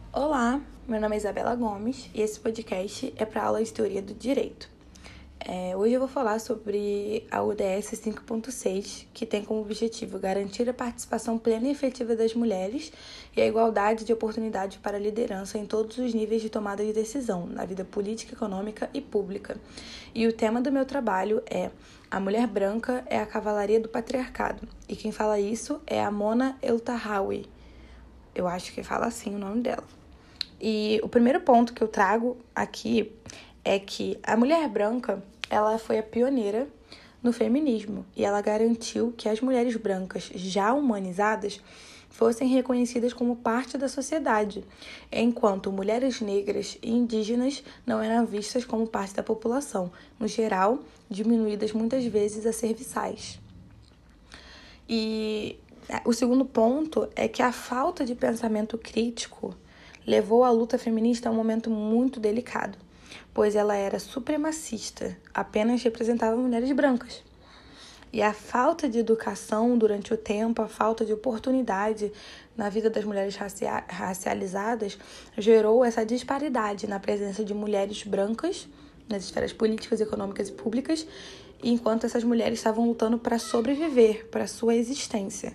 Olá, meu nome é Isabela Gomes e esse podcast é para aula de Teoria do Direito. Hoje eu vou falar sobre a UDS 5.6, que tem como objetivo garantir a participação plena e efetiva das mulheres e a igualdade de oportunidade para a liderança em todos os níveis de tomada de decisão, na vida política, econômica e pública. E o tema do meu trabalho é A Mulher Branca é a Cavalaria do Patriarcado. E quem fala isso é a Mona Eltahawy. Eu acho que fala assim o nome dela. E o primeiro ponto que eu trago aqui é que a mulher branca, ela foi a pioneira no feminismo e ela garantiu que as mulheres brancas já humanizadas fossem reconhecidas como parte da sociedade, enquanto mulheres negras e indígenas não eram vistas como parte da população, no geral, diminuídas muitas vezes a serviçais. E o segundo ponto é que a falta de pensamento crítico levou a luta feminista a um momento muito delicado, pois ela era supremacista, apenas representava mulheres brancas. E a falta de educação durante o tempo, a falta de oportunidade na vida das mulheres racializadas gerou essa disparidade na presença de mulheres brancas nas esferas políticas, econômicas e públicas, enquanto essas mulheres estavam lutando para sobreviver, para sua existência.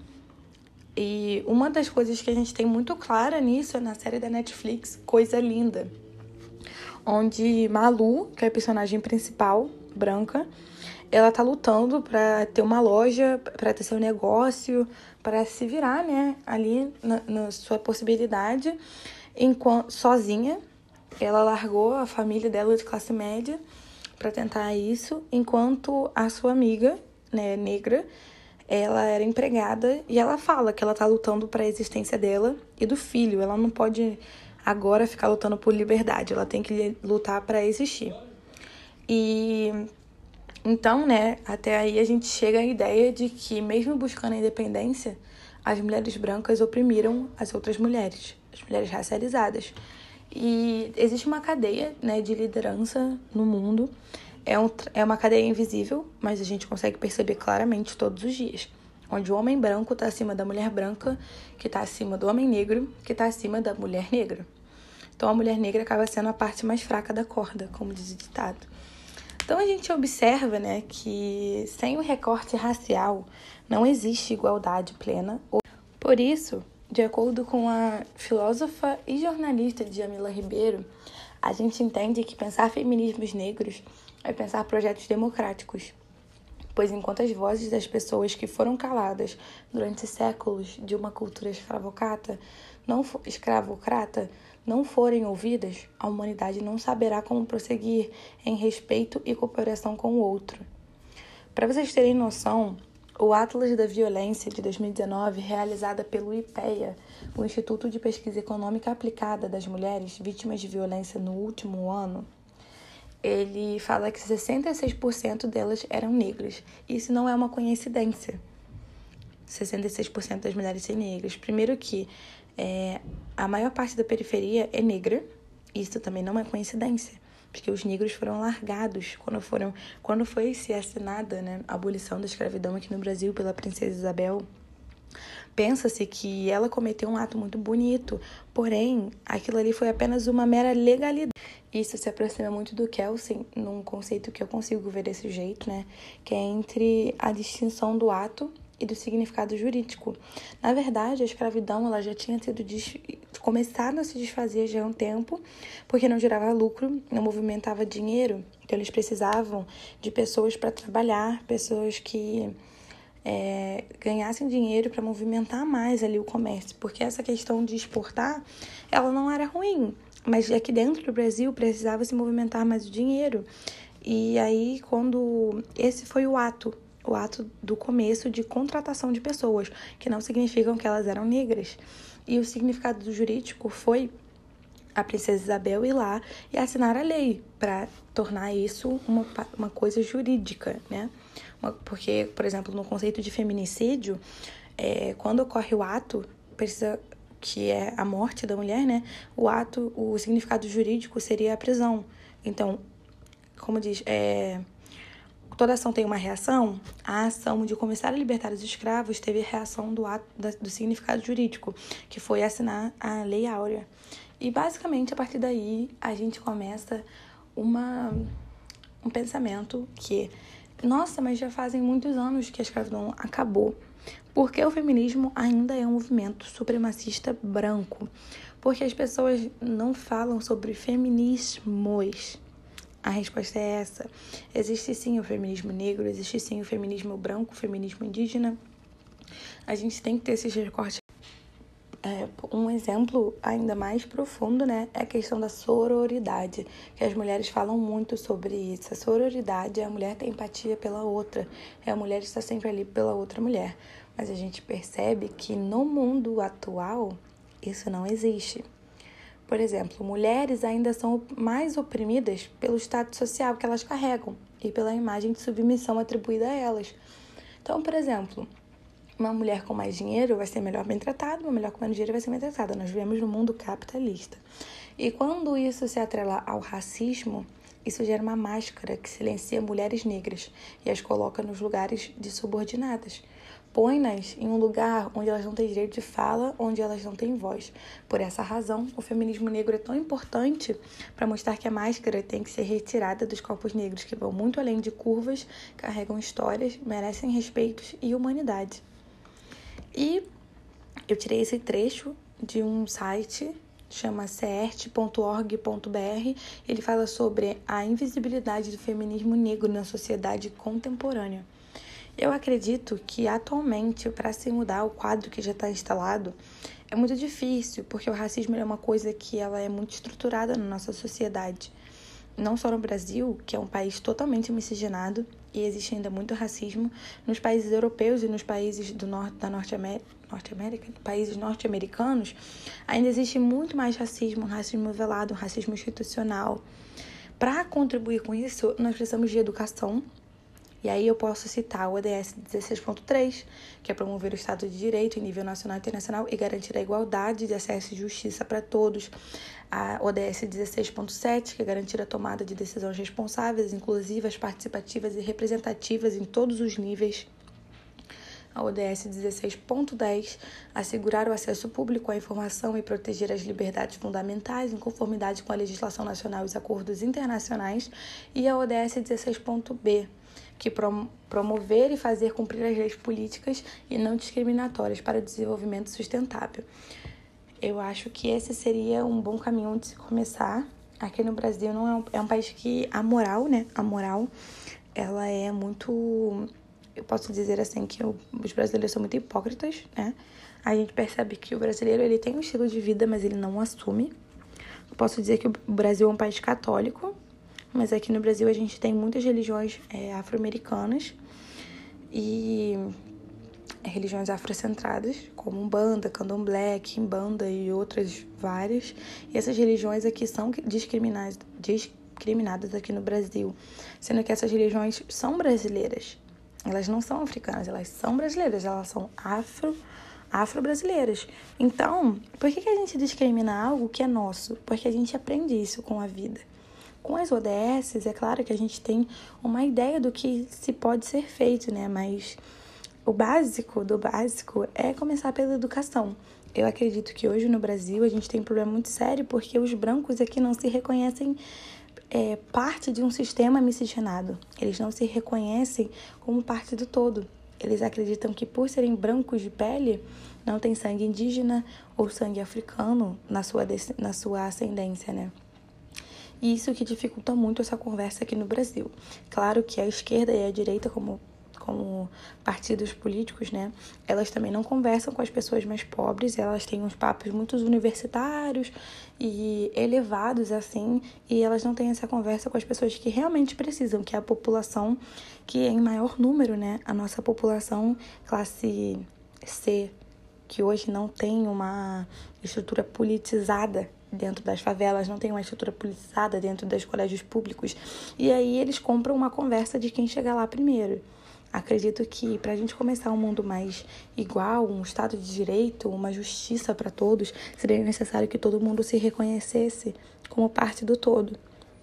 E uma das coisas que a gente tem muito clara nisso é na série da Netflix, Coisa Linda, onde Malu, que é a personagem principal, branca, ela tá lutando para ter uma loja, para ter seu negócio, para se virar, né, ali na sua possibilidade, sozinha. Ela largou a família dela de classe média para tentar isso, enquanto a sua amiga, né, negra, ela era empregada e ela fala que ela tá lutando para a existência dela e do filho. Ela não pode agora ficar lutando por liberdade, ela tem que lutar para existir. E então, né, até aí a gente chega à ideia de que, mesmo buscando a independência, as mulheres brancas oprimiram as outras mulheres, as mulheres racializadas. E existe uma cadeia, né, de liderança no mundo. É uma cadeia invisível, mas a gente consegue perceber claramente todos os dias. Onde o homem branco está acima da mulher branca, que está acima do homem negro, que está acima da mulher negra. Então a mulher negra acaba sendo a parte mais fraca da corda, como diz o ditado. Então a gente observa, né, que sem o recorte racial não existe igualdade plena. Por isso, de acordo com a filósofa e jornalista Djamila Ribeiro, a gente entende que pensar feminismos negros é pensar projetos democráticos, pois enquanto as vozes das pessoas que foram caladas durante séculos de uma cultura escravocrata não forem ouvidas, a humanidade não saberá como prosseguir em respeito e cooperação com o outro. Para vocês terem noção, o Atlas da Violência de 2019, realizada pelo IPEA, o Instituto de Pesquisa Econômica Aplicada das Mulheres Vítimas de Violência no último ano, ele fala que 66% delas eram negras. Isso não é uma coincidência. 66% das mulheres serem negras. Primeiro que a maior parte da periferia é negra. Isso também não é coincidência, porque os negros foram largados quando foi se assinada, né, a abolição da escravidão aqui no Brasil pela princesa Isabel. Pensa-se que ela cometeu um ato muito bonito, porém, aquilo ali foi apenas uma mera legalidade. Isso se aproxima muito do Kelsen, num conceito que eu consigo ver desse jeito, né? Que é entre a distinção do ato e do significado jurídico. Na verdade, a escravidão ela já tinha sido começado a se desfazer já há um tempo, porque não gerava lucro, não movimentava dinheiro. Então, eles precisavam de pessoas para trabalhar, pessoas que ganhassem dinheiro para movimentar mais ali o comércio, porque essa questão de exportar, ela não era ruim, mas aqui dentro do Brasil precisava se movimentar mais o dinheiro. E aí, quando esse foi o ato do começo de contratação de pessoas, que não significam que elas eram negras. E o significado do jurídico foi a princesa Isabel ir lá e assinar a lei para tornar isso uma coisa jurídica, né? Porque, por exemplo, no conceito de feminicídio, quando ocorre o ato, que é a morte da mulher, né? O significado jurídico seria a prisão. Então, como diz, toda ação tem uma reação, a ação de começar a libertar os escravos teve a reação do ato do significado jurídico, que foi assinar a Lei Áurea. E, basicamente, a partir daí, a gente começa um pensamento que, nossa, mas já fazem muitos anos que a escravidão acabou. Por que o feminismo ainda é um movimento supremacista branco? Porque as pessoas não falam sobre feminismos. A resposta é essa. Existe sim o feminismo negro, existe sim o feminismo branco, o feminismo indígena. A gente tem que ter esses recortes. Um exemplo ainda mais profundo, né, é a questão da sororidade, que as mulheres falam muito sobre isso. A sororidade é a mulher ter empatia pela outra, é a mulher estar sempre ali pela outra mulher. Mas a gente percebe que no mundo atual isso não existe. Por exemplo, mulheres ainda são mais oprimidas pelo status social que elas carregam e pela imagem de submissão atribuída a elas. Então, por exemplo, uma mulher com mais dinheiro vai ser melhor bem tratada, uma mulher com menos dinheiro vai ser bem tratada. Nós vivemos no mundo capitalista. E quando isso se atrela ao racismo, isso gera uma máscara que silencia mulheres negras e as coloca nos lugares de subordinadas. Põe-nas em um lugar onde elas não têm direito de fala, onde elas não têm voz. Por essa razão, o feminismo negro é tão importante para mostrar que a máscara tem que ser retirada dos corpos negros, que vão muito além de curvas, carregam histórias, merecem respeitos e humanidade. E eu tirei esse trecho de um site, chama cert.org.br. Ele fala sobre a invisibilidade do feminismo negro na sociedade contemporânea. Eu acredito que, atualmente, para se mudar o quadro que já está instalado, é muito difícil, porque o racismo é uma coisa que ela é muito estruturada na nossa sociedade. Não só no Brasil, que é um país totalmente miscigenado, e existe ainda muito racismo, nos países europeus e nos países da Norte América, países norte-americanos, ainda existe muito mais racismo, racismo velado, racismo institucional. Para contribuir com isso, nós precisamos de educação. E aí eu posso citar o ODS 16.3, que é promover o Estado de Direito em nível nacional e internacional e garantir a igualdade de acesso e justiça para todos. A ODS 16.7, que é garantir a tomada de decisões responsáveis, inclusivas, participativas e representativas em todos os níveis. A ODS 16.10, assegurar o acesso público à informação e proteger as liberdades fundamentais em conformidade com a legislação nacional e os acordos internacionais. E a ODS 16.b, que promover e fazer cumprir as leis políticas e não discriminatórias para o desenvolvimento sustentável. Eu acho que esse seria um bom caminho de se começar. Aqui no Brasil não é um país que a moral, ela é muito... Eu posso dizer assim que os brasileiros são muito hipócritas, né? A gente percebe que o brasileiro ele tem um estilo de vida, mas ele não assume. Eu posso dizer que o Brasil é um país católico, mas aqui no Brasil a gente tem muitas religiões afro-americanas e religiões afrocentradas, como Umbanda, Candomblé, Quimbanda e outras várias. E essas religiões aqui são discriminadas aqui no Brasil, sendo que essas religiões são brasileiras. Elas não são africanas, elas são brasileiras, elas são afro-brasileiras. Então, por que a gente discrimina algo que é nosso? Porque a gente aprende isso com a vida. Com as ODS, é claro que a gente tem uma ideia do que se pode ser feito, né? Mas o básico do básico é começar pela educação. Eu acredito que hoje no Brasil a gente tem um problema muito sério porque os brancos aqui não se reconhecem parte de um sistema miscigenado. Eles não se reconhecem como parte do todo. Eles acreditam que por serem brancos de pele, não tem sangue indígena ou sangue africano na sua ascendência, né? E isso que dificulta muito essa conversa aqui no Brasil. Claro que a esquerda e a direita, como partidos políticos, né, elas também não conversam com as pessoas mais pobres, elas têm uns papos muito universitários e elevados, assim, e elas não têm essa conversa com as pessoas que realmente precisam, que é a população que é em maior número, né, a nossa população classe C, que hoje não tem uma estrutura politizada dentro das favelas, não tem uma estrutura politizada dentro dos colégios públicos, e aí eles compram uma conversa de quem chega lá primeiro. Acredito que para a gente começar um mundo mais igual, um Estado de Direito, uma justiça para todos, seria necessário que todo mundo se reconhecesse como parte do todo.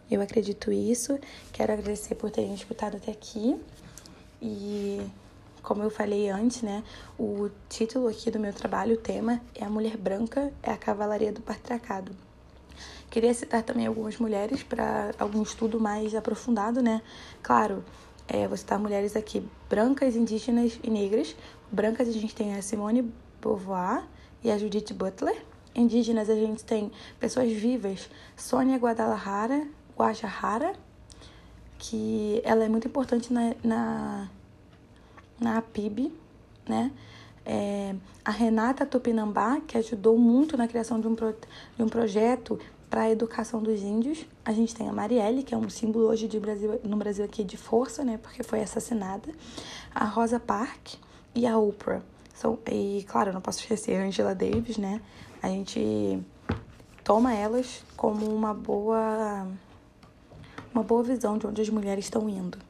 Eu acredito isso. Quero agradecer por terem escutado até aqui. E como eu falei antes, né, o título aqui do meu trabalho, o tema, é A Mulher Branca é a Cavalaria do Patriarcado. Queria citar também algumas mulheres para algum estudo mais aprofundado, né? Claro, vou citar mulheres aqui brancas, indígenas e negras. Brancas a gente tem a Simone Beauvoir e a Judith Butler. Indígenas a gente tem pessoas vivas, Sônia Guajajara, que ela é muito importante na APIB, né? A Renata Tupinambá, que ajudou muito na criação de um projeto para a educação dos índios. A gente tem a Marielle, que é um símbolo hoje no Brasil aqui de força, né? Porque foi assassinada. A Rosa Parks e a Oprah. E, claro, eu não posso esquecer a Angela Davis, né? A gente toma elas como uma boa visão de onde as mulheres estão indo.